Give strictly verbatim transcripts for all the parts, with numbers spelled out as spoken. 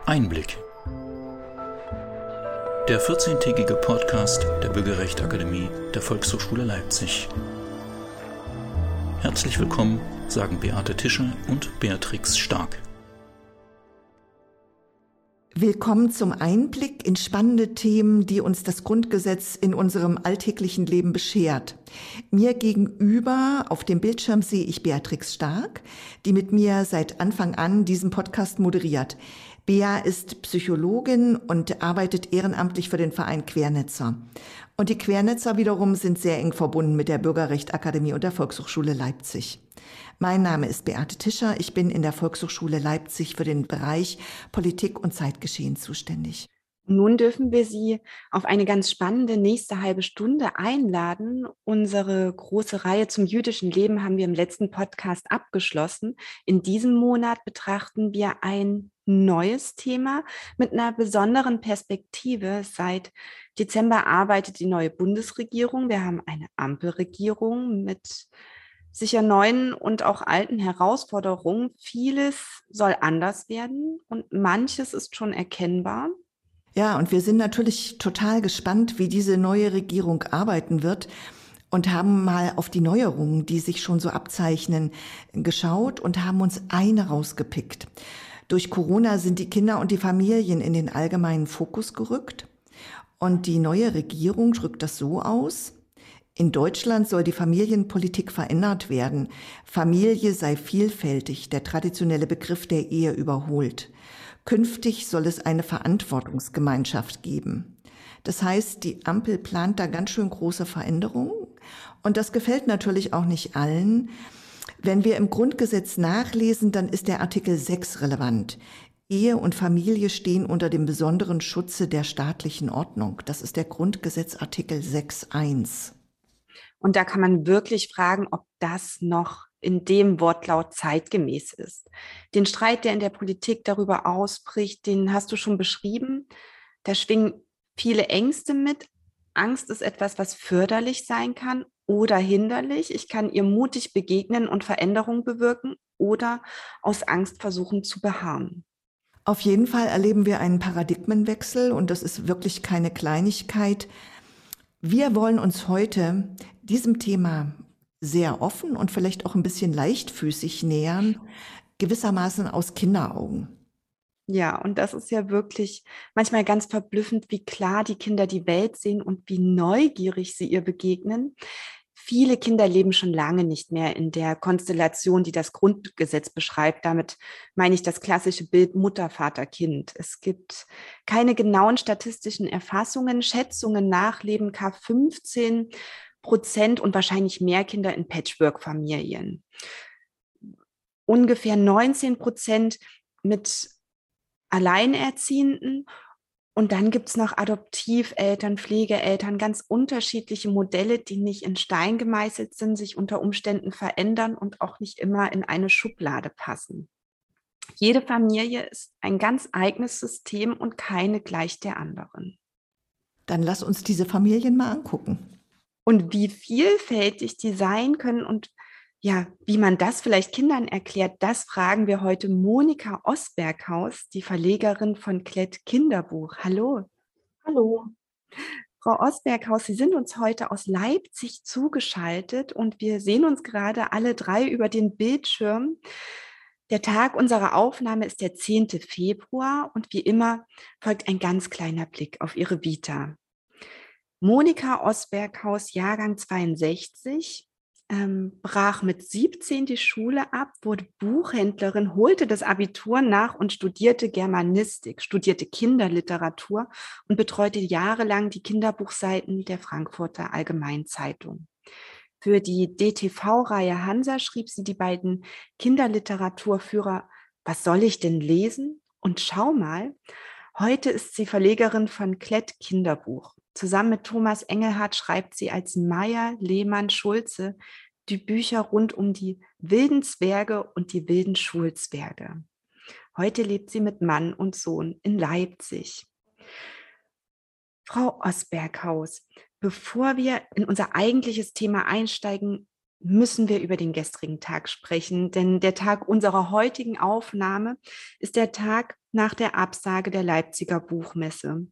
Einblick. Der vierzehntägige Podcast der Bürgerrechtsakademie der Volkshochschule Leipzig. Herzlich willkommen, sagen Beate Tischer und Beatrix Stark. Willkommen zum Einblick in spannende Themen, die uns das Grundgesetz in unserem alltäglichen Leben beschert. Mir gegenüber auf dem Bildschirm sehe ich Beatrix Stark, die mit mir seit Anfang an diesen Podcast moderiert. Bea ist Psychologin und arbeitet ehrenamtlich für den Verein Quernetzer. Und die Quernetzer wiederum sind sehr eng verbunden mit der Bürgerrechtsakademie und der Volkshochschule Leipzig. Mein Name ist Beate Tischer. Ich bin in der Volkshochschule Leipzig für den Bereich Politik und Zeitgeschehen zuständig. Nun dürfen wir Sie auf eine ganz spannende nächste halbe Stunde einladen. Unsere große Reihe zum jüdischen Leben haben wir im letzten Podcast abgeschlossen. In diesem Monat betrachten wir ein neues Thema mit einer besonderen Perspektive. Seit Dezember arbeitet die neue Bundesregierung. Wir haben eine Ampelregierung mit sicher neuen und auch alten Herausforderungen. Vieles soll anders werden und manches ist schon erkennbar. Ja, und wir sind natürlich total gespannt, wie diese neue Regierung arbeiten wird und haben mal auf die Neuerungen, die sich schon so abzeichnen, geschaut und haben uns eine rausgepickt. Durch Corona sind die Kinder und die Familien in den allgemeinen Fokus gerückt und die neue Regierung drückt das so aus: In Deutschland soll die Familienpolitik verändert werden. Familie sei vielfältig, der traditionelle Begriff der Ehe überholt. Künftig soll es eine Verantwortungsgemeinschaft geben. Das heißt, die Ampel plant da ganz schön große Veränderungen und das gefällt natürlich auch nicht allen. Wenn wir im Grundgesetz nachlesen, dann ist der Artikel sechs relevant. Ehe und Familie stehen unter dem besonderen Schutze der staatlichen Ordnung. Das ist der Grundgesetzartikel sechs Absatz eins. Und da kann man wirklich fragen, ob das noch in dem Wortlaut zeitgemäß ist. Den Streit, der in der Politik darüber ausbricht, den hast du schon beschrieben. Da schwingen viele Ängste mit. Angst ist etwas, was förderlich sein kann oder hinderlich. Ich kann ihr mutig begegnen und Veränderung bewirken oder aus Angst versuchen zu beharren. Auf jeden Fall erleben wir einen Paradigmenwechsel und das ist wirklich keine Kleinigkeit. Wir wollen uns heute diesem Thema sehr offen und vielleicht auch ein bisschen leichtfüßig nähern, gewissermaßen aus Kinderaugen. Ja, und das ist ja wirklich manchmal ganz verblüffend, wie klar die Kinder die Welt sehen und wie neugierig sie ihr begegnen. Viele Kinder leben schon lange nicht mehr in der Konstellation, die das Grundgesetz beschreibt. Damit meine ich das klassische Bild Mutter, Vater, Kind. Es gibt keine genauen statistischen Erfassungen. Schätzungen nach leben ca. fünfzehn Prozent und wahrscheinlich mehr Kinder in Patchwork-Familien. Ungefähr neunzehn Prozent mit Alleinerziehenden. Und dann gibt es noch Adoptiveltern, Pflegeeltern, ganz unterschiedliche Modelle, die nicht in Stein gemeißelt sind, sich unter Umständen verändern und auch nicht immer in eine Schublade passen. Jede Familie ist ein ganz eigenes System und keine gleich der anderen. Dann lass uns diese Familien mal angucken. Und wie vielfältig die sein können und ja, wie man das vielleicht Kindern erklärt, das fragen wir heute Monika Osberghaus, die Verlegerin von Klett Kinderbuch. Hallo. Hallo. Frau Osberghaus, Sie sind uns heute aus Leipzig zugeschaltet und wir sehen uns gerade alle drei über den Bildschirm. Der Tag unserer Aufnahme ist der zehnte Februar und wie immer folgt ein ganz kleiner Blick auf Ihre Vita. Monika Osberghaus, Jahrgang zweiundsechzig, ähm, brach mit siebzehn die Schule ab, wurde Buchhändlerin, holte das Abitur nach und studierte Germanistik, studierte Kinderliteratur und betreute jahrelang die Kinderbuchseiten der Frankfurter Allgemeinzeitung. Für die D T V-Reihe Hansa schrieb sie die beiden Kinderliteraturführer Was soll ich denn lesen? Und Schau mal. Heute ist sie Verlegerin von Klett Kinderbuch. Zusammen mit Thomas Engelhardt schreibt sie als Meyer Lehmann-Schulze die Bücher rund um die wilden Zwerge und die wilden Schulzwerge. Heute lebt sie mit Mann und Sohn in Leipzig. Frau Osberghaus, bevor wir in unser eigentliches Thema einsteigen, müssen wir über den gestrigen Tag sprechen, denn der Tag unserer heutigen Aufnahme ist der Tag nach der Absage der Leipziger Buchmesse.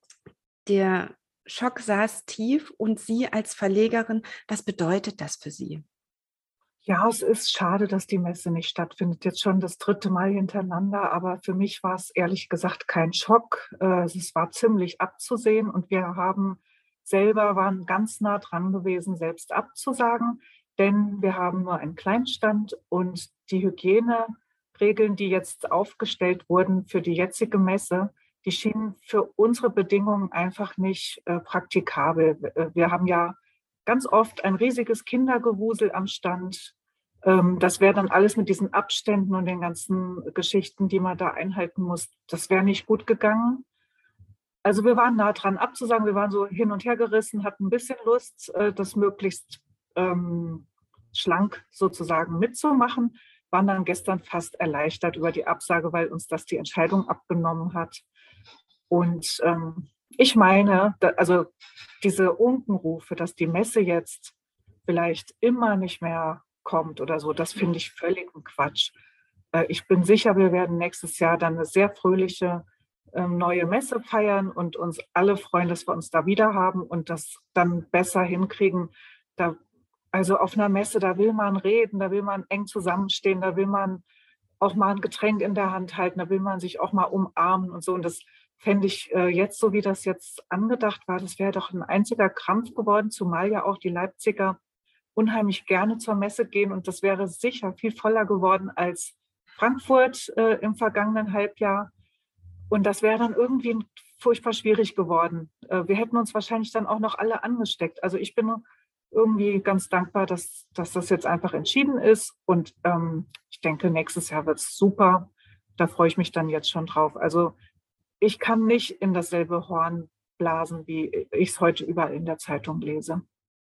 Der Schock saß tief und Sie als Verlegerin, was bedeutet das für Sie? Ja, es ist schade, dass die Messe nicht stattfindet. Jetzt schon das dritte Mal hintereinander, aber für mich war es ehrlich gesagt kein Schock. Äh, Es war ziemlich abzusehen und wir haben selber waren ganz nah dran gewesen, selbst abzusagen, denn wir haben nur einen Kleinstand und die Hygieneregeln, die jetzt aufgestellt wurden für die jetzige Messe, die schienen für unsere Bedingungen einfach nicht äh, praktikabel. Äh, Wir haben ja ganz oft ein riesiges Kindergewusel am Stand. Ähm, das wäre dann alles mit diesen Abständen und den ganzen Geschichten, die man da einhalten muss. Das wäre nicht gut gegangen. Also wir waren nah dran abzusagen, wir waren so hin und her gerissen, hatten ein bisschen Lust, äh, das möglichst ähm, schlank sozusagen mitzumachen, waren dann gestern fast erleichtert über die Absage, weil uns das die Entscheidung abgenommen hat. Und ähm, ich meine, da, also diese Unkenrufe, dass die Messe jetzt vielleicht immer nicht mehr kommt oder so, das finde ich völligen Quatsch. Äh, ich bin sicher, wir werden nächstes Jahr dann eine sehr fröhliche ähm, neue Messe feiern und uns alle freuen, dass wir uns da wieder haben und das dann besser hinkriegen. Da, also auf einer Messe, da will man reden, da will man eng zusammenstehen, da will man auch mal ein Getränk in der Hand halten, da will man sich auch mal umarmen und so. Und das fände ich äh, jetzt, so wie das jetzt angedacht war, das wäre doch ein einziger Krampf geworden, zumal ja auch die Leipziger unheimlich gerne zur Messe gehen und das wäre sicher viel voller geworden als Frankfurt äh, im vergangenen Halbjahr. Und das wäre dann irgendwie furchtbar schwierig geworden. Äh, wir hätten uns wahrscheinlich dann auch noch alle angesteckt. Also ich bin irgendwie ganz dankbar, dass, dass das jetzt einfach entschieden ist. Und ähm, ich denke, nächstes Jahr wird es super. Da freue ich mich dann jetzt schon drauf. Also ich kann nicht in dasselbe Horn blasen, wie ich es heute überall in der Zeitung lese.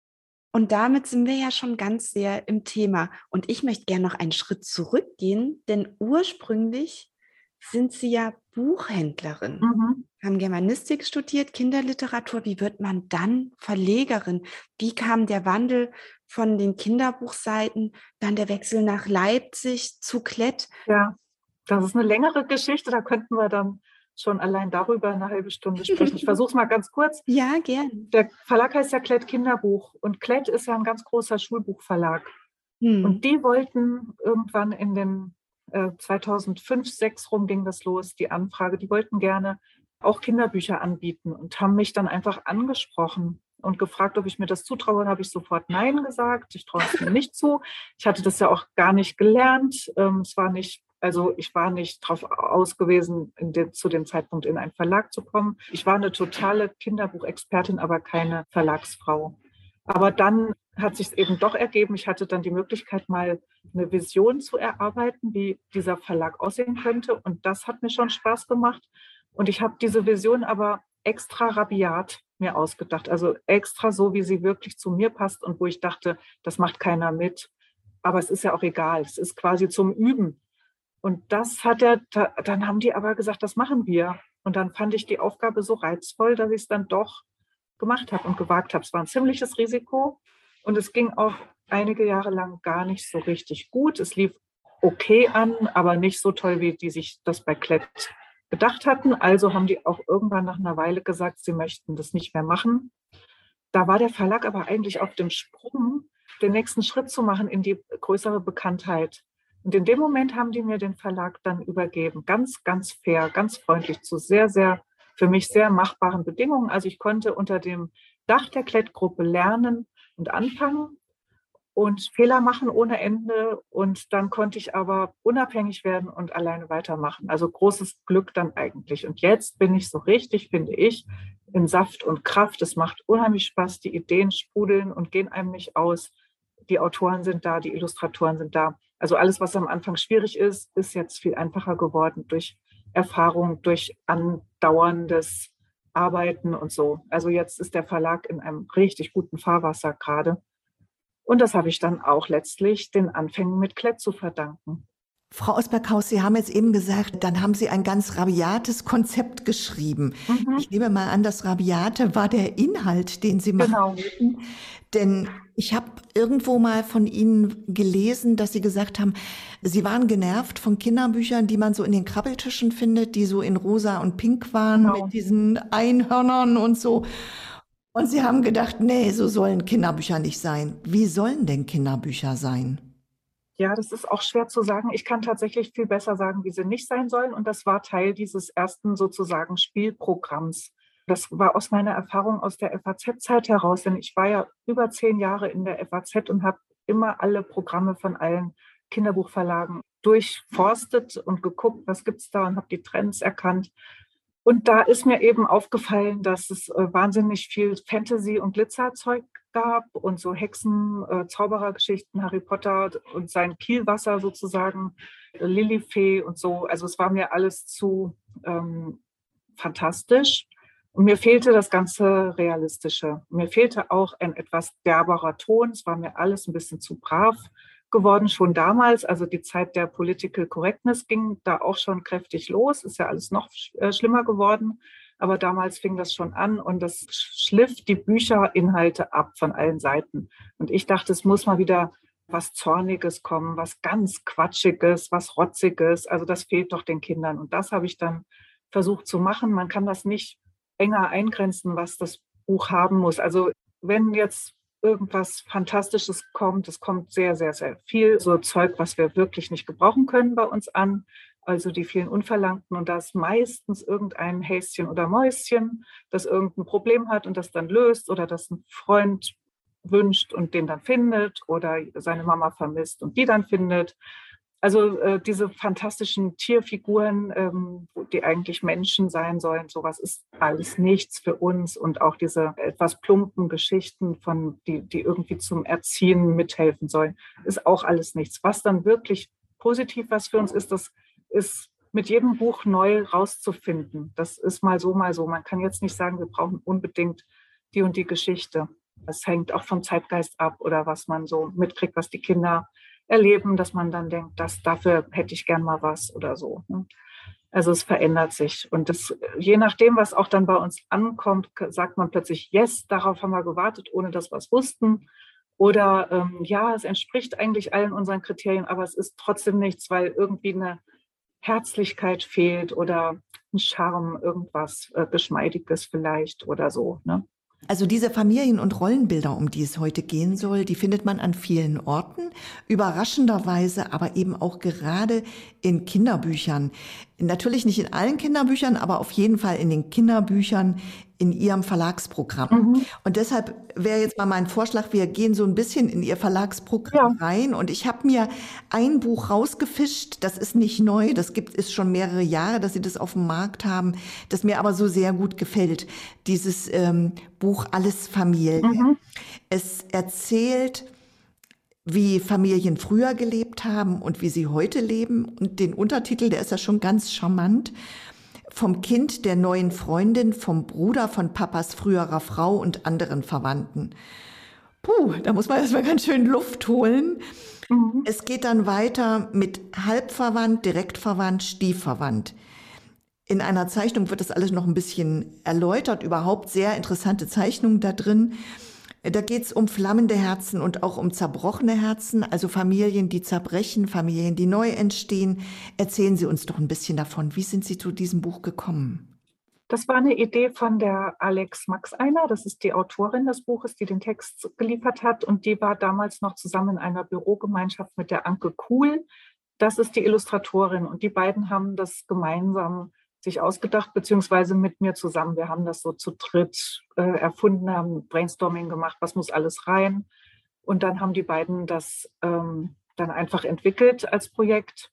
Und damit sind wir ja schon ganz sehr im Thema. Und ich möchte gerne noch einen Schritt zurückgehen, denn ursprünglich sind Sie ja Buchhändlerin, Mhm. haben Germanistik studiert, Kinderliteratur. Wie wird man dann Verlegerin? Wie kam der Wandel von den Kinderbuchseiten, dann der Wechsel nach Leipzig zu Klett? Ja, das ist eine längere Geschichte. Da könnten wir dann schon allein darüber eine halbe Stunde sprechen. Ich versuche es mal ganz kurz. Ja, gern. Der Verlag heißt ja Klett Kinderbuch und Klett ist ja ein ganz großer Schulbuchverlag. Hm. Und die wollten irgendwann in den äh, zweitausendfünf, zweitausendsechs rum ging das los, die Anfrage, die wollten gerne auch Kinderbücher anbieten und haben mich dann einfach angesprochen und gefragt, ob ich mir das zutraue. Dann habe ich sofort Nein gesagt. Ich traue es mir nicht zu. Ich hatte das ja auch gar nicht gelernt. Ähm, es war nicht, also ich war nicht darauf ausgewiesen, in dem, zu dem Zeitpunkt in einen Verlag zu kommen. Ich war eine totale Kinderbuchexpertin, aber keine Verlagsfrau. Aber dann hat sich es eben doch ergeben. Ich hatte dann die Möglichkeit, mal eine Vision zu erarbeiten, wie dieser Verlag aussehen könnte. Und das hat mir schon Spaß gemacht. Und ich habe diese Vision aber extra rabiat mir ausgedacht. Also extra so, wie sie wirklich zu mir passt und wo ich dachte, das macht keiner mit. Aber es ist ja auch egal. Es ist quasi zum Üben. Und das hat er, dann haben die aber gesagt, das machen wir. Und dann fand ich die Aufgabe so reizvoll, dass ich es dann doch gemacht habe und gewagt habe. Es war ein ziemliches Risiko und es ging auch einige Jahre lang gar nicht so richtig gut. Es lief okay an, aber nicht so toll, wie die sich das bei Klett gedacht hatten. Also haben die auch irgendwann nach einer Weile gesagt, sie möchten das nicht mehr machen. Da war der Verlag aber eigentlich auf dem Sprung, den nächsten Schritt zu machen in die größere Bekanntheit. Und in dem Moment haben die mir den Verlag dann übergeben. Ganz, ganz fair, ganz freundlich, zu sehr, sehr, für mich sehr machbaren Bedingungen. Also ich konnte unter dem Dach der Klettgruppe lernen und anfangen und Fehler machen ohne Ende. Und dann konnte ich aber unabhängig werden und alleine weitermachen. Also großes Glück dann eigentlich. Und jetzt bin ich so richtig, finde ich, in Saft und Kraft. Es macht unheimlich Spaß. Die Ideen sprudeln und gehen einem nicht aus. Die Autoren sind da, die Illustratoren sind da. Also alles, was am Anfang schwierig ist, ist jetzt viel einfacher geworden durch Erfahrung, durch andauerndes Arbeiten und so. Also jetzt ist der Verlag in einem richtig guten Fahrwasser gerade. Und das habe ich dann auch letztlich den Anfängen mit Klett zu verdanken. Frau Osberghaus, Sie haben jetzt eben gesagt, dann haben Sie ein ganz rabiates Konzept geschrieben. Mhm. Ich nehme mal an, das Rabiate war der Inhalt, den Sie machen genau. wollten. Denn Ich habe irgendwo mal von Ihnen gelesen, dass Sie gesagt haben, Sie waren genervt von Kinderbüchern, die man so in den Krabbeltischen findet, die so in rosa und pink waren, Genau. mit diesen Einhörnern und so. Und Sie haben gedacht, nee, so sollen Kinderbücher nicht sein. Wie sollen denn Kinderbücher sein? Ja, das ist auch schwer zu sagen. Ich kann tatsächlich viel besser sagen, wie sie nicht sein sollen. Und das war Teil dieses ersten sozusagen Spielprogramms. Das war aus meiner Erfahrung aus der F A Z-Zeit heraus, denn ich war ja über zehn Jahre in der F A Z und habe immer alle Programme von allen Kinderbuchverlagen durchforstet und geguckt, was gibt es da, und habe die Trends erkannt. Und da ist mir eben aufgefallen, dass es äh, wahnsinnig viel Fantasy- und Glitzerzeug gab und so Hexen, äh, Zauberergeschichten, Harry Potter und sein Kielwasser sozusagen, äh, Lilifee und so. Also es war mir alles zu ähm, fantastisch. Und mir fehlte das ganze Realistische. Mir fehlte auch ein etwas derberer Ton. Es war mir alles ein bisschen zu brav geworden, schon damals. Also die Zeit der Political Correctness ging da auch schon kräftig los. Ist ja alles noch äh, schlimmer geworden. Aber damals fing das schon an und das schliff die Bücherinhalte ab von allen Seiten. Und ich dachte, es muss mal wieder was Zorniges kommen, was ganz Quatschiges, was Rotziges. Also das fehlt doch den Kindern. Und das habe ich dann versucht zu machen. Man kann das nicht enger eingrenzen, was das Buch haben muss. Also wenn jetzt irgendwas Fantastisches kommt, es kommt sehr, sehr, sehr viel so Zeug, was wir wirklich nicht gebrauchen können bei uns an. Also die vielen Unverlangten, und da ist meistens irgendein Häschen oder Mäuschen, das irgendein Problem hat und das dann löst, oder das ein Freund wünscht und den dann findet, oder seine Mama vermisst und die dann findet. Also äh, diese fantastischen Tierfiguren, ähm, die eigentlich Menschen sein sollen, sowas ist alles nichts für uns. Und auch diese etwas plumpen Geschichten, von, die, die irgendwie zum Erziehen mithelfen sollen, ist auch alles nichts. Was dann wirklich positiv was für uns ist, das ist mit jedem Buch neu rauszufinden. Das ist mal so, mal so. Man kann jetzt nicht sagen, wir brauchen unbedingt die und die Geschichte. Das hängt auch vom Zeitgeist ab oder was man so mitkriegt, was die Kinder erleben, dass man dann denkt, dass dafür hätte ich gern mal was oder so. Also es verändert sich. Und das, je nachdem, was auch dann bei uns ankommt, sagt man plötzlich, yes, darauf haben wir gewartet, ohne dass wir es wussten. Oder ähm, ja, es entspricht eigentlich allen unseren Kriterien, aber es ist trotzdem nichts, weil irgendwie eine Herzlichkeit fehlt oder ein Charme, irgendwas äh, Geschmeidiges vielleicht oder so, ne? Also diese Familien- und Rollenbilder, um die es heute gehen soll, die findet man an vielen Orten, überraschenderweise aber eben auch gerade in Kinderbüchern. Natürlich nicht in allen Kinderbüchern, aber auf jeden Fall in den Kinderbüchern in Ihrem Verlagsprogramm. Mhm. Und deshalb wäre jetzt mal mein Vorschlag, wir gehen so ein bisschen in Ihr Verlagsprogramm Ja. rein. Und ich habe mir ein Buch rausgefischt, das ist nicht neu, das gibt es schon mehrere Jahre, dass Sie das auf dem Markt haben, das mir aber so sehr gut gefällt. Dieses ähm, Buch Alles Familie. Mhm. Es erzählt, wie Familien früher gelebt haben und wie sie heute leben. Und den Untertitel, der ist ja schon ganz charmant. Vom Kind der neuen Freundin, vom Bruder von Papas früherer Frau und anderen Verwandten. Puh, da muss man erstmal ganz schön Luft holen. Mhm. Es geht dann weiter mit halbverwandt, direktverwandt, stiefverwandt. In einer Zeichnung wird das alles noch ein bisschen erläutert, überhaupt sehr interessante Zeichnungen da drin. Da geht es um flammende Herzen und auch um zerbrochene Herzen, also Familien, die zerbrechen, Familien, die neu entstehen. Erzählen Sie uns doch ein bisschen davon. Wie sind Sie zu diesem Buch gekommen? Das war eine Idee von der Alex Maxeiner. Das ist die Autorin des Buches, die den Text geliefert hat. Und die war damals noch zusammen in einer Bürogemeinschaft mit der Anke Kuhl. Das ist die Illustratorin. Und die beiden haben das gemeinsam sich ausgedacht, beziehungsweise mit mir zusammen. Wir haben das so zu dritt äh, erfunden, haben Brainstorming gemacht, was muss alles rein. Und dann haben die beiden das ähm, dann einfach entwickelt als Projekt.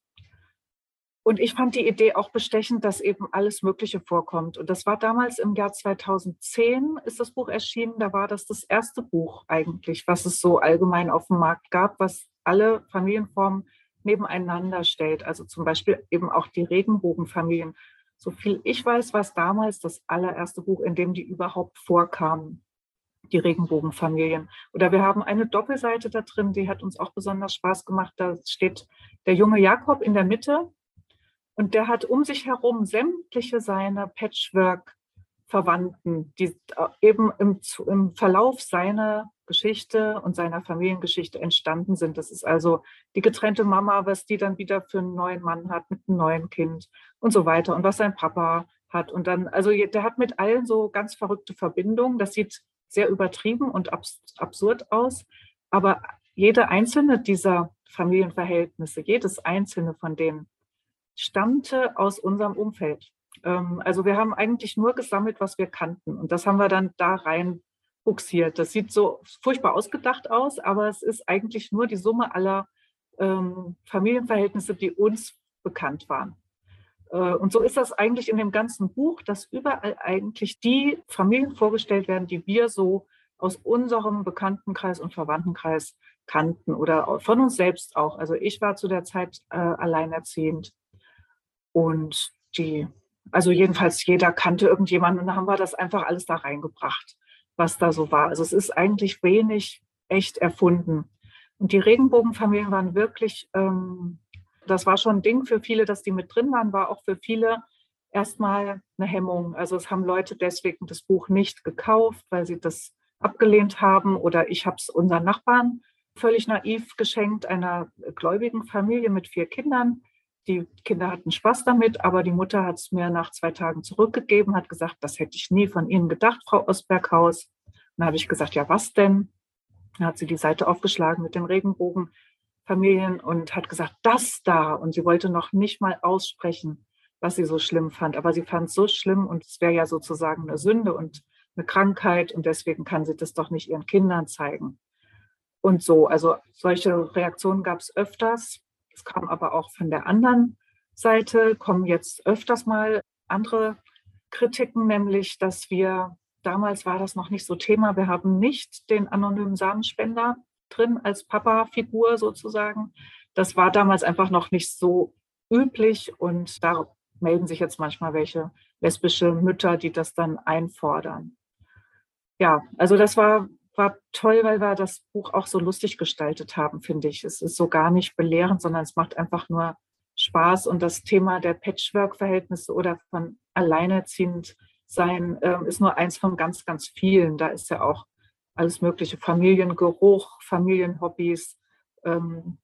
Und ich fand die Idee auch bestechend, dass eben alles Mögliche vorkommt. Und das war damals im Jahr zweitausendzehn ist das Buch erschienen. Da war das das erste Buch eigentlich, was es so allgemein auf dem Markt gab, was alle Familienformen nebeneinander stellt. Also zum Beispiel eben auch die Regenbogenfamilien. So viel ich weiß, war es damals das allererste Buch, in dem die überhaupt vorkamen, die Regenbogenfamilien. Oder wir haben eine Doppelseite da drin, die hat uns auch besonders Spaß gemacht. Da steht der junge Jakob in der Mitte und der hat um sich herum sämtliche seiner Patchwork Verwandten, die eben im, im Verlauf seiner Geschichte und seiner Familiengeschichte entstanden sind. Das ist also die getrennte Mama, was die dann wieder für einen neuen Mann hat mit einem neuen Kind und so weiter und was sein Papa hat. Und dann, also der hat mit allen so ganz verrückte Verbindungen. Das sieht sehr übertrieben und abs- absurd aus, aber jede einzelne dieser Familienverhältnisse, jedes einzelne von denen stammte aus unserem Umfeld. Ähm, also wir haben eigentlich nur gesammelt, was wir kannten. Und das haben wir dann da rein buxiert. Das sieht so furchtbar ausgedacht aus, aber es ist eigentlich nur die Summe aller ähm, Familienverhältnisse, die uns bekannt waren. Äh, und so ist das eigentlich in dem ganzen Buch, dass überall eigentlich die Familien vorgestellt werden, die wir so aus unserem Bekanntenkreis und Verwandtenkreis kannten oder von uns selbst auch. Also ich war zu der Zeit äh, alleinerziehend. Und die, also jedenfalls jeder kannte irgendjemanden und dann haben wir das einfach alles da reingebracht, was da so war. Also es ist eigentlich wenig echt erfunden. Und die Regenbogenfamilien waren wirklich, ähm, das war schon ein Ding für viele, dass die mit drin waren, war auch für viele erstmal eine Hemmung. Also es haben Leute deswegen das Buch nicht gekauft, weil sie das abgelehnt haben oder ich habe es unseren Nachbarn völlig naiv geschenkt, einer gläubigen Familie mit vier Kindern. Die Kinder hatten Spaß damit, aber die Mutter hat es mir nach zwei Tagen zurückgegeben, hat gesagt, das hätte ich nie von Ihnen gedacht, Frau Osberghaus. Dann habe ich gesagt, ja, was denn? Dann hat sie die Seite aufgeschlagen mit den Regenbogenfamilien und hat gesagt, das da. Und sie wollte noch nicht mal aussprechen, was sie so schlimm fand. Aber sie fand es so schlimm und es wäre ja sozusagen eine Sünde und eine Krankheit und deswegen kann sie das doch nicht ihren Kindern zeigen. Und so, also solche Reaktionen gab es öfters. Es kam aber auch von der anderen Seite, kommen jetzt öfters mal andere Kritiken, nämlich, dass wir, damals war das noch nicht so Thema, wir haben nicht den anonymen Samenspender drin als Papa-Figur sozusagen. Das war damals einfach noch nicht so üblich und da melden sich jetzt manchmal welche lesbische Mütter, die das dann einfordern. Ja, also das war War toll, weil wir das Buch auch so lustig gestaltet haben, finde ich. Es ist so gar nicht belehrend, sondern es macht einfach nur Spaß. Und das Thema der Patchwork-Verhältnisse oder von alleinerziehend sein äh, ist nur eins von ganz, ganz vielen. Da ist ja auch alles mögliche, Familiengeruch, Familienhobbys, ähm,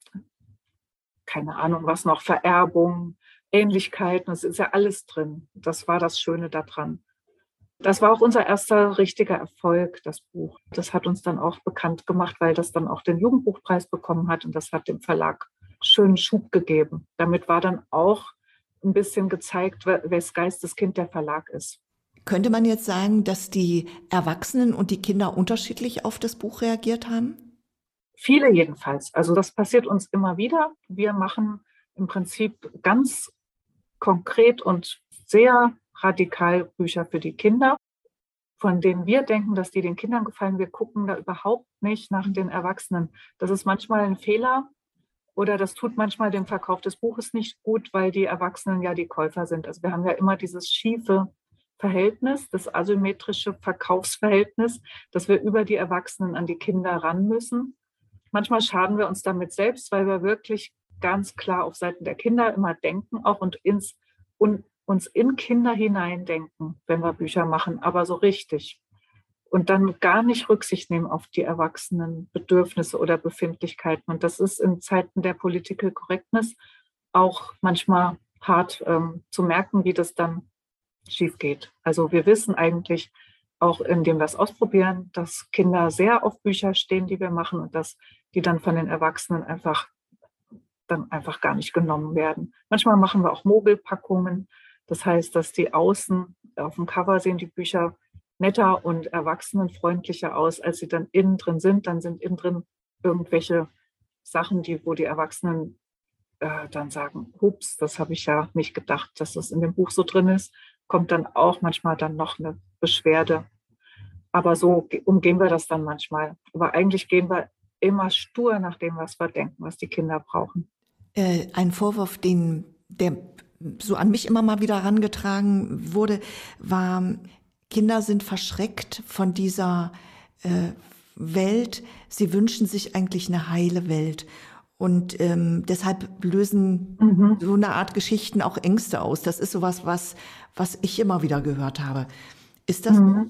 keine Ahnung, was noch, Vererbung, Ähnlichkeiten. Es ist ja alles drin. Das war das Schöne daran. Das war auch unser erster richtiger Erfolg, das Buch. Das hat uns dann auch bekannt gemacht, weil das dann auch den Jugendbuchpreis bekommen hat und das hat dem Verlag schönen Schub gegeben. Damit war dann auch ein bisschen gezeigt, wes Geistes Kind der Verlag ist. Könnte man jetzt sagen, dass die Erwachsenen und die Kinder unterschiedlich auf das Buch reagiert haben? Viele jedenfalls. Also das passiert uns immer wieder. Wir machen im Prinzip ganz konkret und sehr radikal Bücher für die Kinder, von denen wir denken, dass die den Kindern gefallen. Wir gucken da überhaupt nicht nach den Erwachsenen. Das ist manchmal ein Fehler oder das tut manchmal dem Verkauf des Buches nicht gut, weil die Erwachsenen ja die Käufer sind. Also wir haben ja immer dieses schiefe Verhältnis, das asymmetrische Verkaufsverhältnis, dass wir über die Erwachsenen an die Kinder ran müssen. Manchmal schaden wir uns damit selbst, weil wir wirklich ganz klar auf Seiten der Kinder immer denken auch und ins und uns in Kinder hineindenken, wenn wir Bücher machen, aber so richtig. Und dann gar nicht Rücksicht nehmen auf die erwachsenen Bedürfnisse oder Befindlichkeiten. Und das ist in Zeiten der Political Correctness auch manchmal hart ähm, zu merken, wie das dann schief geht. Also wir wissen eigentlich, auch indem wir es ausprobieren, dass Kinder sehr auf Bücher stehen, die wir machen und dass die dann von den Erwachsenen einfach dann einfach gar nicht genommen werden. Manchmal machen wir auch Mogelpackungen. Das heißt, dass die außen auf dem Cover sehen die Bücher netter und erwachsenenfreundlicher aus, als sie dann innen drin sind. Dann sind innen drin irgendwelche Sachen, die, wo die Erwachsenen äh, dann sagen, ups, das habe ich ja nicht gedacht, dass das in dem Buch so drin ist. Kommt dann auch manchmal dann noch eine Beschwerde. Aber so umgehen wir das dann manchmal. Aber eigentlich gehen wir immer stur nach dem, was wir denken, was die Kinder brauchen. Äh, ein Vorwurf, den, der so an mich immer mal wieder herangetragen wurde, war, Kinder sind verschreckt von dieser äh, Welt. Sie wünschen sich eigentlich eine heile Welt. Und ähm, deshalb lösen mhm. so eine Art Geschichten auch Ängste aus. Das ist sowas, was, was ich immer wieder gehört habe. Ist das so?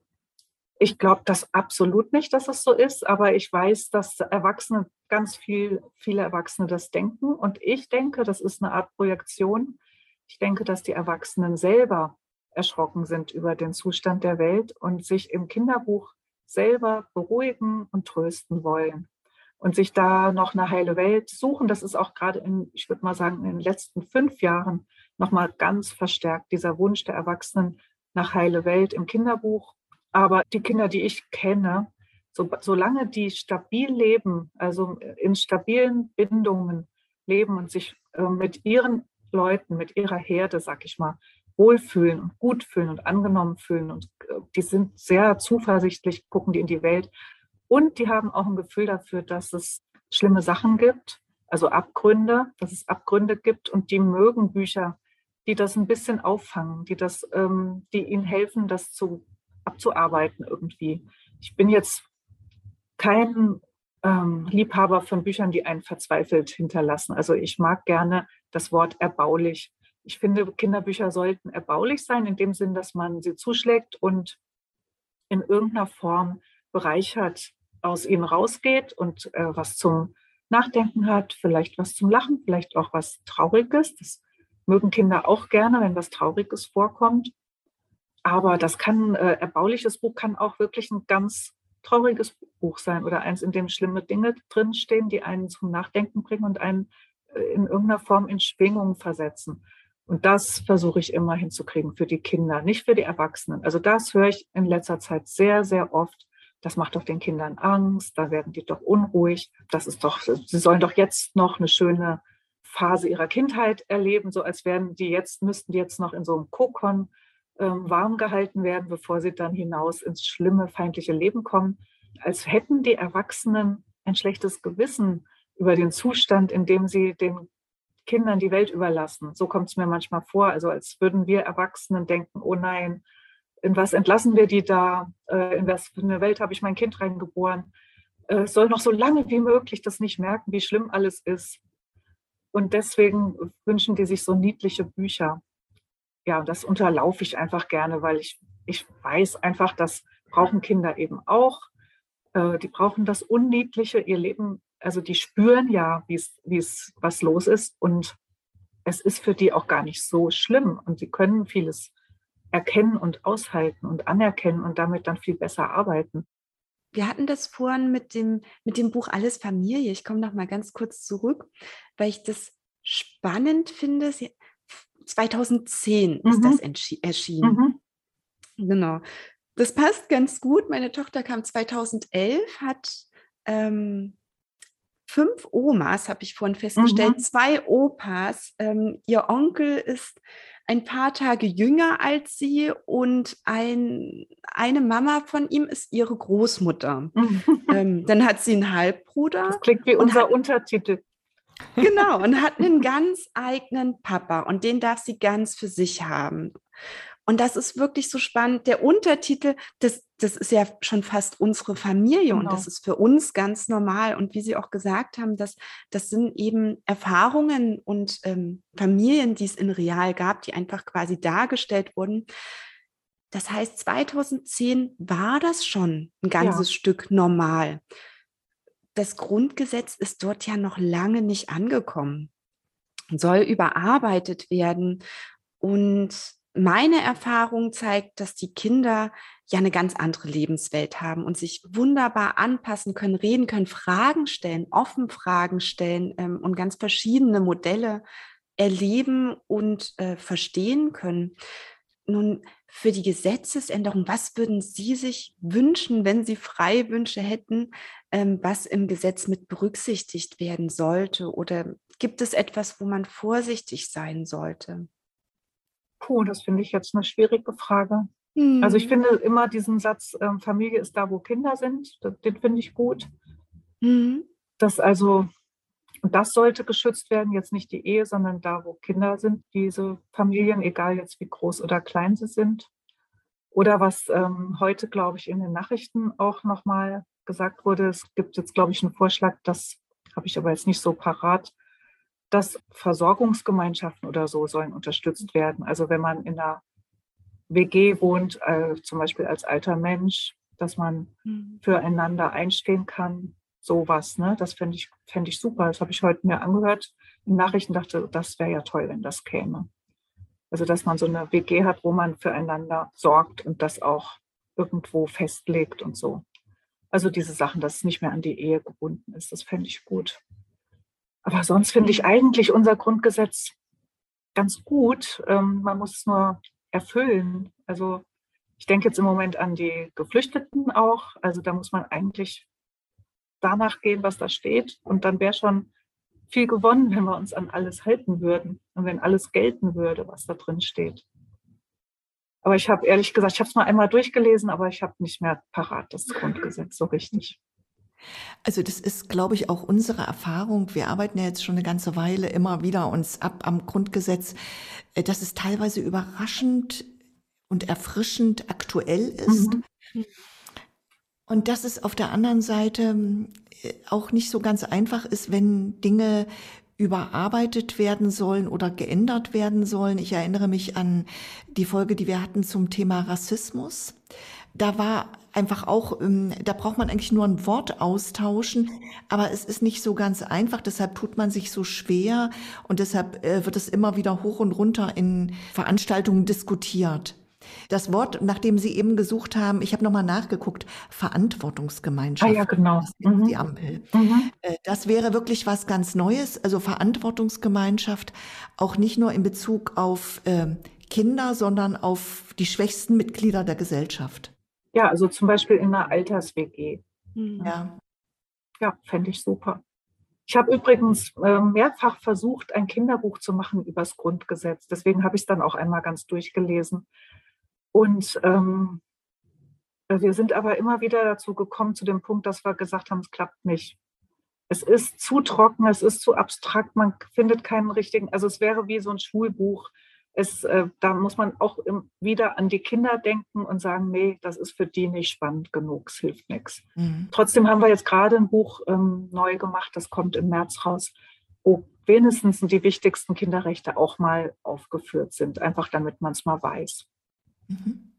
Ich glaube das absolut nicht, dass es so ist, aber ich weiß, dass Erwachsene, ganz viel, viele Erwachsene das denken. Und ich denke, das ist eine Art Projektion. Ich denke, dass die Erwachsenen selber erschrocken sind über den Zustand der Welt und sich im Kinderbuch selber beruhigen und trösten wollen und sich da noch eine heile Welt suchen. Das ist auch gerade in, ich würde mal sagen, in den letzten fünf Jahren nochmal ganz verstärkt, dieser Wunsch der Erwachsenen nach heile Welt im Kinderbuch. Aber die Kinder, die ich kenne, so, solange die stabil leben, also in stabilen Bindungen leben und sich äh, mit ihren Leuten, mit ihrer Herde, sag ich mal, wohlfühlen und gut fühlen und angenommen fühlen. Und äh, die sind sehr zuversichtlich, gucken die in die Welt. Und die haben auch ein Gefühl dafür, dass es schlimme Sachen gibt, also Abgründe, dass es Abgründe gibt. Und die mögen Bücher, die das ein bisschen auffangen, die, das, ähm, die ihnen helfen, das zu abzuarbeiten irgendwie. Ich bin jetzt kein ähm, Liebhaber von Büchern, die einen verzweifelt hinterlassen. Also ich mag gerne das Wort erbaulich. Ich finde, Kinderbücher sollten erbaulich sein, in dem Sinn, dass man sie zuschlägt und in irgendeiner Form bereichert aus ihnen rausgeht und äh, was zum Nachdenken hat, vielleicht was zum Lachen, vielleicht auch was Trauriges. Das mögen Kinder auch gerne, wenn was Trauriges vorkommt. Aber das kann, äh, erbauliches Buch kann auch wirklich ein ganz trauriges Buch sein oder eins, in dem schlimme Dinge drinstehen, die einen zum Nachdenken bringen und einen äh, in irgendeiner Form in Schwingung versetzen. Und das versuche ich immer hinzukriegen für die Kinder, nicht für die Erwachsenen. Also das höre ich in letzter Zeit sehr, sehr oft. Das macht doch den Kindern Angst, da werden die doch unruhig. Das ist doch, sie sollen doch jetzt noch eine schöne Phase ihrer Kindheit erleben, so als wären die jetzt, müssten die jetzt noch in so einem Kokon ähm, warm gehalten werden, bevor sie dann hinaus ins schlimme, feindliche Leben kommen. Als hätten die Erwachsenen ein schlechtes Gewissen über den Zustand, in dem sie den Kindern die Welt überlassen. So kommt es mir manchmal vor, also als würden wir Erwachsenen denken, oh nein, in was entlassen wir die da? In was für eine Welt habe ich mein Kind reingeboren? Es soll noch so lange wie möglich das nicht merken, wie schlimm alles ist. Und deswegen wünschen die sich so niedliche Bücher. Ja, das unterlaufe ich einfach gerne, weil ich, ich weiß einfach, das brauchen Kinder eben auch. Die brauchen das Unniedliche, ihr Leben, also die spüren ja, wie es, wie es, was los ist. Und es ist für die auch gar nicht so schlimm. Und sie können vieles erkennen und aushalten und anerkennen und damit dann viel besser arbeiten. Wir hatten das vorhin mit dem, mit dem Buch Alles Familie. Ich komme noch mal ganz kurz zurück, weil ich das spannend finde. zweitausendzehn mhm. ist das erschienen. Mhm. Genau. Das passt ganz gut. Meine Tochter kam zweitausendelf, hat ähm, fünf Omas, habe ich vorhin festgestellt, mhm. zwei Opas. Ähm, ihr Onkel ist ein paar Tage jünger als sie und ein, eine Mama von ihm ist ihre Großmutter. Mhm. Ähm, dann hat sie einen Halbbruder. Das klingt wie unser hat, Untertitel. Genau, und hat einen ganz eigenen Papa und den darf sie ganz für sich haben. Und das ist wirklich so spannend. Der Untertitel, das, das ist ja schon fast unsere Familie genau. Und das ist für uns ganz normal. Und wie Sie auch gesagt haben, das, das sind eben Erfahrungen und ähm, Familien, die es in real gab, die einfach quasi dargestellt wurden. Das heißt, zweitausendzehn war das schon ein ganzes ja. Stück normal. Das Grundgesetz ist dort ja noch lange nicht angekommen, soll überarbeitet werden. Und meine Erfahrung zeigt, dass die Kinder ja eine ganz andere Lebenswelt haben und sich wunderbar anpassen können, reden können, Fragen stellen, offen Fragen stellen ähm, und ganz verschiedene Modelle erleben und äh, verstehen können. Nun, für die Gesetzesänderung, was würden Sie sich wünschen, wenn Sie freie Wünsche hätten, ähm, was im Gesetz mit berücksichtigt werden sollte? Oder gibt es etwas, wo man vorsichtig sein sollte? Puh, das finde ich jetzt eine schwierige Frage. Hm. Also ich finde immer diesen Satz, ähm, Familie ist da, wo Kinder sind, das, den finde ich gut. Hm. Das also, das sollte geschützt werden, jetzt nicht die Ehe, sondern da, wo Kinder sind, diese Familien, egal jetzt wie groß oder klein sie sind. Oder was ähm, heute, glaube ich, in den Nachrichten auch nochmal gesagt wurde, es gibt jetzt, glaube ich, einen Vorschlag, das habe ich aber jetzt nicht so parat, dass Versorgungsgemeinschaften oder so sollen unterstützt werden. Also wenn man in einer W G wohnt, äh, zum Beispiel als alter Mensch, dass man Mhm. füreinander einstehen kann. Sowas, ne? Das fände ich, fänd ich super. Das habe ich heute mir angehört in Nachrichten, dachte, das wäre ja toll, wenn das käme. Also, dass man so eine W G hat, wo man füreinander sorgt und das auch irgendwo festlegt und so. Also diese Sachen, dass es nicht mehr an die Ehe gebunden ist, das fände ich gut. Aber sonst finde ich eigentlich unser Grundgesetz ganz gut. Ähm, man muss es nur erfüllen. Also ich denke jetzt im Moment an die Geflüchteten auch. Also da muss man eigentlich danach gehen, was da steht. Und dann wäre schon viel gewonnen, wenn wir uns an alles halten würden und wenn alles gelten würde, was da drin steht. Aber ich habe ehrlich gesagt, ich habe es mal einmal durchgelesen, aber ich habe nicht mehr parat das Grundgesetz so richtig. Also das ist, glaube ich, auch unsere Erfahrung. Wir arbeiten ja jetzt schon eine ganze Weile immer wieder uns ab am Grundgesetz, äh, dass es teilweise überraschend und erfrischend aktuell ist. Mhm. Und dass es auf der anderen Seite äh, auch nicht so ganz einfach ist, wenn Dinge überarbeitet werden sollen oder geändert werden sollen. Ich erinnere mich an die Folge, die wir hatten zum Thema Rassismus. Da war einfach auch, ähm, da braucht man eigentlich nur ein Wort austauschen, aber es ist nicht so ganz einfach, deshalb tut man sich so schwer und deshalb äh, wird es immer wieder hoch und runter in Veranstaltungen diskutiert. Das Wort, nach dem Sie eben gesucht haben, ich habe nochmal nachgeguckt, Verantwortungsgemeinschaft. Ah ja, genau. Das ist Mhm. die Ampel. Mhm. Äh, Das wäre wirklich was ganz Neues, also Verantwortungsgemeinschaft, auch nicht nur in Bezug auf äh, Kinder, sondern auf die schwächsten Mitglieder der Gesellschaft. Ja, also zum Beispiel in einer Alters-W G. Mhm. Ja. Ja, fände ich super. Ich habe übrigens äh, mehrfach versucht, ein Kinderbuch zu machen übers Grundgesetz. Deswegen habe ich es dann auch einmal ganz durchgelesen. Und ähm, wir sind aber immer wieder dazu gekommen, zu dem Punkt, dass wir gesagt haben, es klappt nicht. Es ist zu trocken, es ist zu abstrakt, man findet keinen richtigen, also es wäre wie so ein Schulbuch. Es, äh, da muss man auch im, wieder an die Kinder denken und sagen, nee, das ist für die nicht spannend genug, es hilft nichts. Mhm. Trotzdem haben wir jetzt gerade ein Buch ähm, neu gemacht, das kommt im März raus, wo wenigstens die wichtigsten Kinderrechte auch mal aufgeführt sind, einfach damit man es mal weiß. Mhm.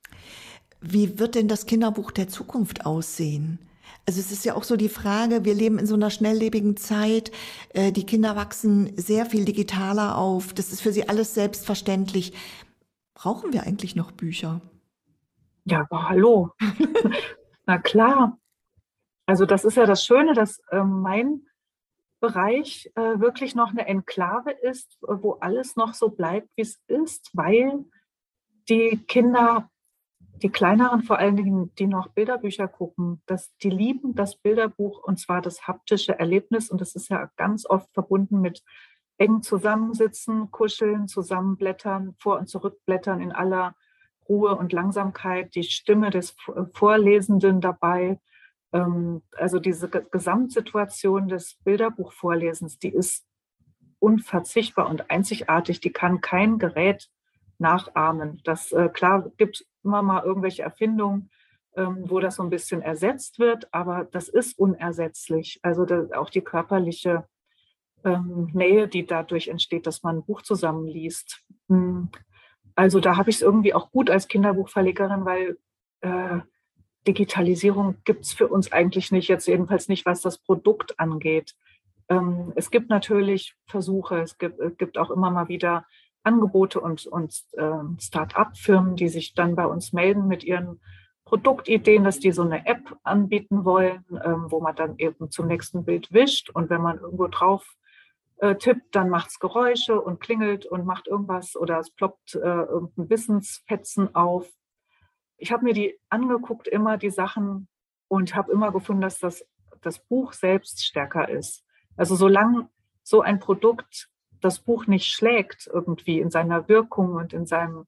Wie wird denn das Kinderbuch der Zukunft aussehen? Also es ist ja auch so die Frage, wir leben in so einer schnelllebigen Zeit, äh, die Kinder wachsen sehr viel digitaler auf, das ist für sie alles selbstverständlich. Brauchen wir eigentlich noch Bücher? Ja, aber hallo. Na klar. Also das ist ja das Schöne, dass äh, mein Bereich äh, wirklich noch eine Enklave ist, äh, wo alles noch so bleibt, wie es ist, weil die Kinder, die Kleineren vor allen Dingen, die noch Bilderbücher gucken, dass die lieben das Bilderbuch und zwar das haptische Erlebnis und das ist ja ganz oft verbunden mit eng zusammensitzen, kuscheln, zusammenblättern, vor- und zurückblättern in aller Ruhe und Langsamkeit, die Stimme des Vorlesenden dabei. Also diese Gesamtsituation des Bilderbuchvorlesens, die ist unverzichtbar und einzigartig. Die kann kein Gerät nachahmen. Das, äh, klar, gibt immer mal irgendwelche Erfindungen, ähm, wo das so ein bisschen ersetzt wird, aber das ist unersetzlich. Also da, auch die körperliche ähm, Nähe, die dadurch entsteht, dass man ein Buch zusammenliest. Also da habe ich es irgendwie auch gut als Kinderbuchverlegerin, weil äh, Digitalisierung gibt es für uns eigentlich nicht, jetzt jedenfalls nicht, was das Produkt angeht. Ähm, es gibt natürlich Versuche, es gibt, es gibt auch immer mal wieder Angebote und, und äh, Start-up-Firmen, die sich dann bei uns melden mit ihren Produktideen, dass die so eine App anbieten wollen, ähm, wo man dann eben zum nächsten Bild wischt und wenn man irgendwo drauf äh, tippt, dann macht es Geräusche und klingelt und macht irgendwas oder es ploppt äh, irgendein Wissensfetzen auf. Ich habe mir die angeguckt, immer die Sachen und habe immer gefunden, dass das, das Buch selbst stärker ist. Also solange so ein Produkt das Buch nicht schlägt irgendwie in seiner Wirkung und in seinem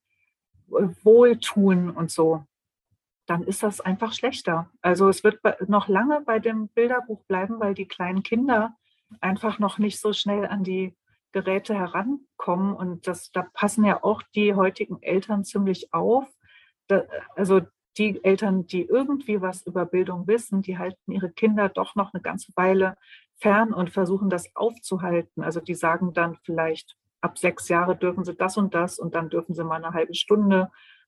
Wohltun und so, dann ist das einfach schlechter. Also es wird noch lange bei dem Bilderbuch bleiben, weil die kleinen Kinder einfach noch nicht so schnell an die Geräte herankommen. Und das, da passen ja auch die heutigen Eltern ziemlich auf. Da, also die Eltern, die irgendwie was über Bildung wissen, die halten ihre Kinder doch noch eine ganze Weile fern und versuchen das aufzuhalten. Also die sagen dann vielleicht, ab sechs Jahre dürfen sie das und das und dann dürfen sie mal eine halbe Stunde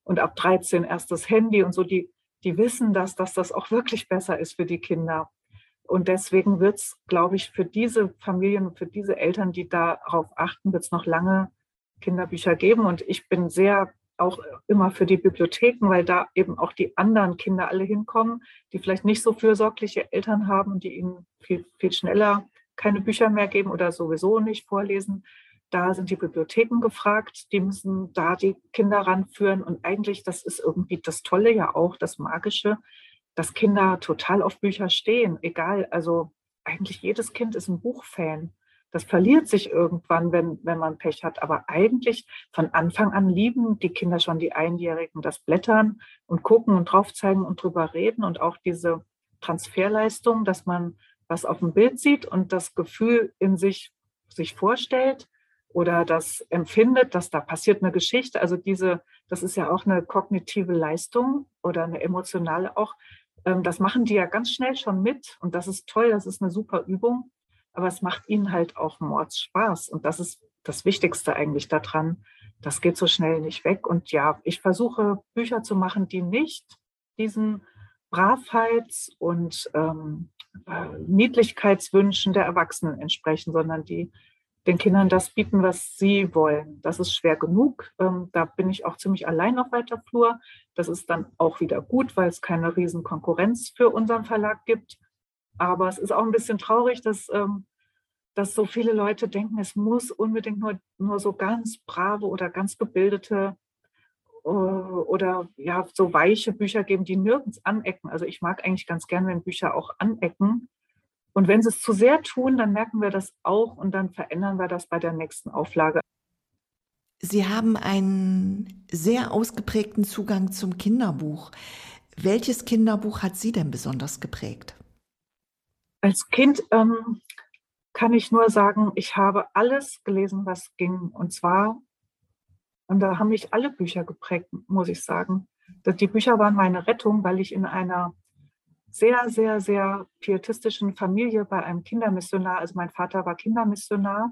und ab dreizehn erst das Handy und so, die, die wissen das, dass das auch wirklich besser ist für die Kinder. Und deswegen wird es, glaube ich, für diese Familien, für diese Eltern, die darauf achten, wird es noch lange Kinderbücher geben. Und ich bin sehr auch immer für die Bibliotheken, weil da eben auch die anderen Kinder alle hinkommen, die vielleicht nicht so fürsorgliche Eltern haben und die ihnen viel, viel schneller keine Bücher mehr geben oder sowieso nicht vorlesen. Da sind die Bibliotheken gefragt, die müssen da die Kinder ranführen. Und eigentlich, das ist irgendwie das Tolle ja auch, das Magische, dass Kinder total auf Bücher stehen. Egal, also eigentlich jedes Kind ist ein Buchfan. Das verliert sich irgendwann, wenn, wenn man Pech hat. Aber eigentlich von Anfang an lieben die Kinder schon, die Einjährigen, das Blättern und gucken und drauf zeigen und drüber reden. Und auch diese Transferleistung, dass man was auf dem Bild sieht und das Gefühl in sich, sich vorstellt oder das empfindet, dass da passiert eine Geschichte. Also diese, das ist ja auch eine kognitive Leistung oder eine emotionale auch. Das machen die ja ganz schnell schon mit und das ist toll, das ist eine super Übung. Aber es macht ihnen halt auch Mordspaß. Und das ist das Wichtigste eigentlich daran. Das geht so schnell nicht weg. Und ja, ich versuche Bücher zu machen, die nicht diesen Bravheits- und ähm, äh, Niedlichkeitswünschen der Erwachsenen entsprechen, sondern die den Kindern das bieten, was sie wollen. Das ist schwer genug. Ähm, da bin ich auch ziemlich allein auf weiter Flur. Das ist dann auch wieder gut, weil es keine riesen Konkurrenz für unseren Verlag gibt. Aber es ist auch ein bisschen traurig, dass, ähm, dass so viele Leute denken, es muss unbedingt nur, nur so ganz brave oder ganz gebildete äh, oder ja, so weiche Bücher geben, die nirgends anecken. Also ich mag eigentlich ganz gern, wenn Bücher auch anecken. Und wenn sie es zu sehr tun, dann merken wir das auch und dann verändern wir das bei der nächsten Auflage. Sie haben einen sehr ausgeprägten Zugang zum Kinderbuch. Welches Kinderbuch hat Sie denn besonders geprägt? Als Kind ähm, kann ich nur sagen, ich habe alles gelesen, was ging. Und zwar, und da haben mich alle Bücher geprägt, muss ich sagen. Die Bücher waren meine Rettung, weil ich in einer sehr, sehr, sehr pietistischen Familie bei einem Kindermissionar, also mein Vater war Kindermissionar,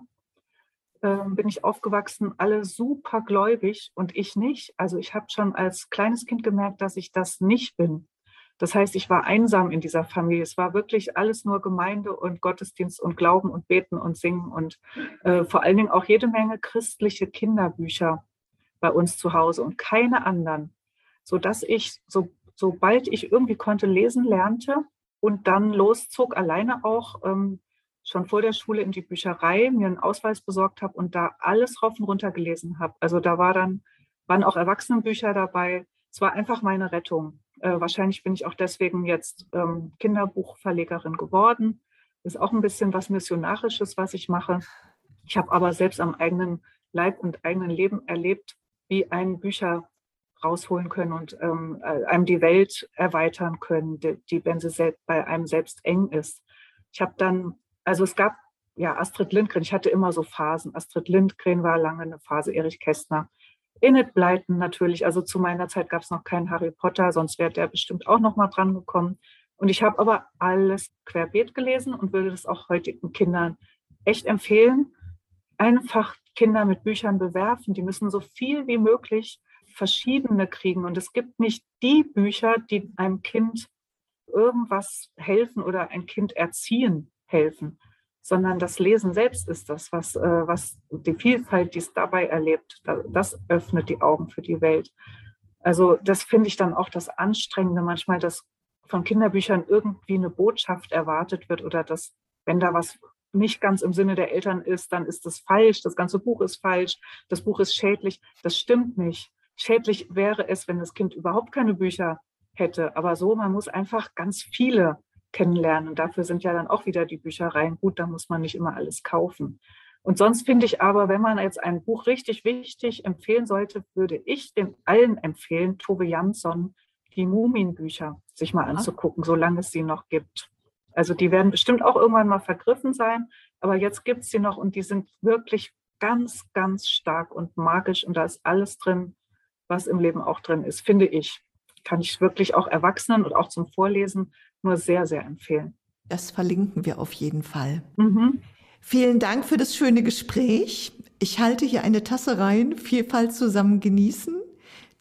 äh, bin ich aufgewachsen, alle super gläubig und ich nicht. Also ich habe schon als kleines Kind gemerkt, dass ich das nicht bin. Das heißt, ich war einsam in dieser Familie. Es war wirklich alles nur Gemeinde und Gottesdienst und Glauben und Beten und Singen und äh, vor allen Dingen auch jede Menge christliche Kinderbücher bei uns zu Hause und keine anderen, sodass ich, so, sobald ich irgendwie konnte, lesen lernte und dann loszog, alleine auch ähm, schon vor der Schule in die Bücherei, mir einen Ausweis besorgt habe und da alles rauf und runter gelesen habe. Also da war dann, waren auch Erwachsenenbücher dabei. Es war einfach meine Rettung. Äh, wahrscheinlich bin ich auch deswegen jetzt ähm, Kinderbuchverlegerin geworden. Ist auch ein bisschen was Missionarisches, was ich mache. Ich habe aber selbst am eigenen Leib und eigenen Leben erlebt, wie einen Bücher rausholen können und ähm, einem die Welt erweitern können, die, die wenn sie selbst, bei einem selbst eng ist. Ich habe dann, also es gab ja Astrid Lindgren, ich hatte immer so Phasen. Astrid Lindgren war lange eine Phase, Erich Kästner. Enid Blyton natürlich, also zu meiner Zeit gab es noch keinen Harry Potter, sonst wäre der bestimmt auch noch mal dran gekommen. Und ich habe aber alles querbeet gelesen und würde das auch heutigen Kindern echt empfehlen. Einfach Kinder mit Büchern bewerfen, die müssen so viel wie möglich verschiedene kriegen. Und es gibt nicht die Bücher, die einem Kind irgendwas helfen oder ein Kind erziehen helfen, sondern das Lesen selbst ist das, was, äh, was die Vielfalt, die es dabei erlebt, das öffnet die Augen für die Welt. Also das finde ich dann auch das Anstrengende manchmal, dass von Kinderbüchern irgendwie eine Botschaft erwartet wird oder dass, wenn da was nicht ganz im Sinne der Eltern ist, dann ist das falsch, das ganze Buch ist falsch, das Buch ist schädlich. Das stimmt nicht. Schädlich wäre es, wenn das Kind überhaupt keine Bücher hätte. Aber so, man muss einfach ganz viele kennenlernen. Und dafür sind ja dann auch wieder die Büchereien gut, da muss man nicht immer alles kaufen. Und sonst finde ich aber, wenn man jetzt ein Buch richtig wichtig empfehlen sollte, würde ich den allen empfehlen, Tove Jansson, die Muminbücher sich mal anzugucken, solange es sie noch gibt. Also die werden bestimmt auch irgendwann mal vergriffen sein, aber jetzt gibt es sie noch und die sind wirklich ganz, ganz stark und magisch und da ist alles drin, was im Leben auch drin ist, finde ich. Kann ich wirklich auch Erwachsenen und auch zum Vorlesen nur sehr, sehr empfehlen. Das verlinken wir auf jeden Fall. Mhm. Vielen Dank für das schöne Gespräch. Ich halte hier eine Tasse rein, Vielfalt zusammen genießen.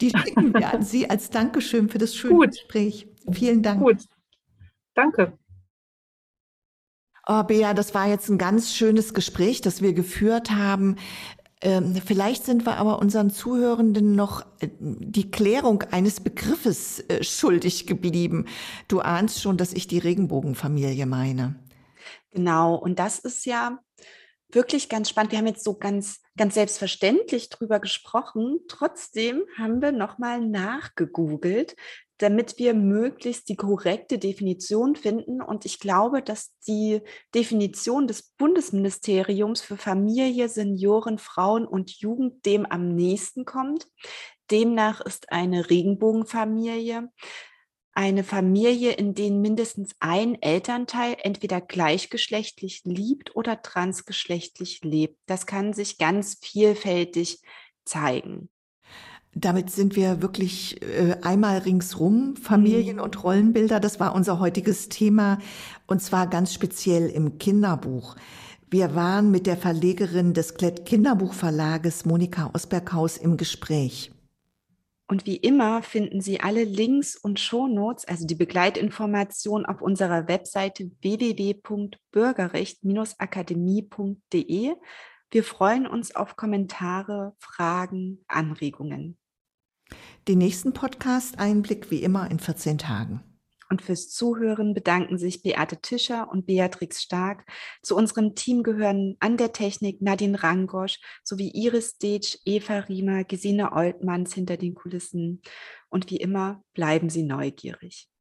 Die schicken wir an Sie als Dankeschön für das schöne Gut. Gespräch. Vielen Dank. Gut, danke. Oh, Bea, das war jetzt ein ganz schönes Gespräch, das wir geführt haben. Ähm, vielleicht sind wir aber unseren Zuhörenden noch äh, die Klärung eines Begriffes äh, schuldig geblieben. Du ahnst schon, dass ich die Regenbogenfamilie meine. Genau, und das ist ja wirklich ganz spannend. Wir haben jetzt so ganz, ganz selbstverständlich drüber gesprochen. Trotzdem haben wir nochmal nachgegoogelt, damit wir möglichst die korrekte Definition finden. Und ich glaube, dass die Definition des Bundesministeriums für Familie, Senioren, Frauen und Jugend dem am nächsten kommt. Demnach ist eine Regenbogenfamilie eine Familie, in der mindestens ein Elternteil entweder gleichgeschlechtlich liebt oder transgeschlechtlich lebt. Das kann sich ganz vielfältig zeigen. Damit sind wir wirklich äh, einmal ringsrum, Familien- und Rollenbilder, das war unser heutiges Thema, und zwar ganz speziell im Kinderbuch. Wir waren mit der Verlegerin des Klett Kinderbuchverlages, Monika Osberghaus, im Gespräch. Und wie immer finden Sie alle Links und Shownotes, also die Begleitinformation, auf unserer Webseite w w w punkt bürgerrecht akademie punkt d e. Wir freuen uns auf Kommentare, Fragen, Anregungen. Den nächsten Podcast-Einblick wie immer in vierzehn Tagen. Und fürs Zuhören bedanken sich Beate Tischer und Beatrix Stark. Zu unserem Team gehören an der Technik Nadine Rangosch sowie Iris Detsch, Eva Riemer, Gesine Oltmanns hinter den Kulissen. Und wie immer bleiben Sie neugierig.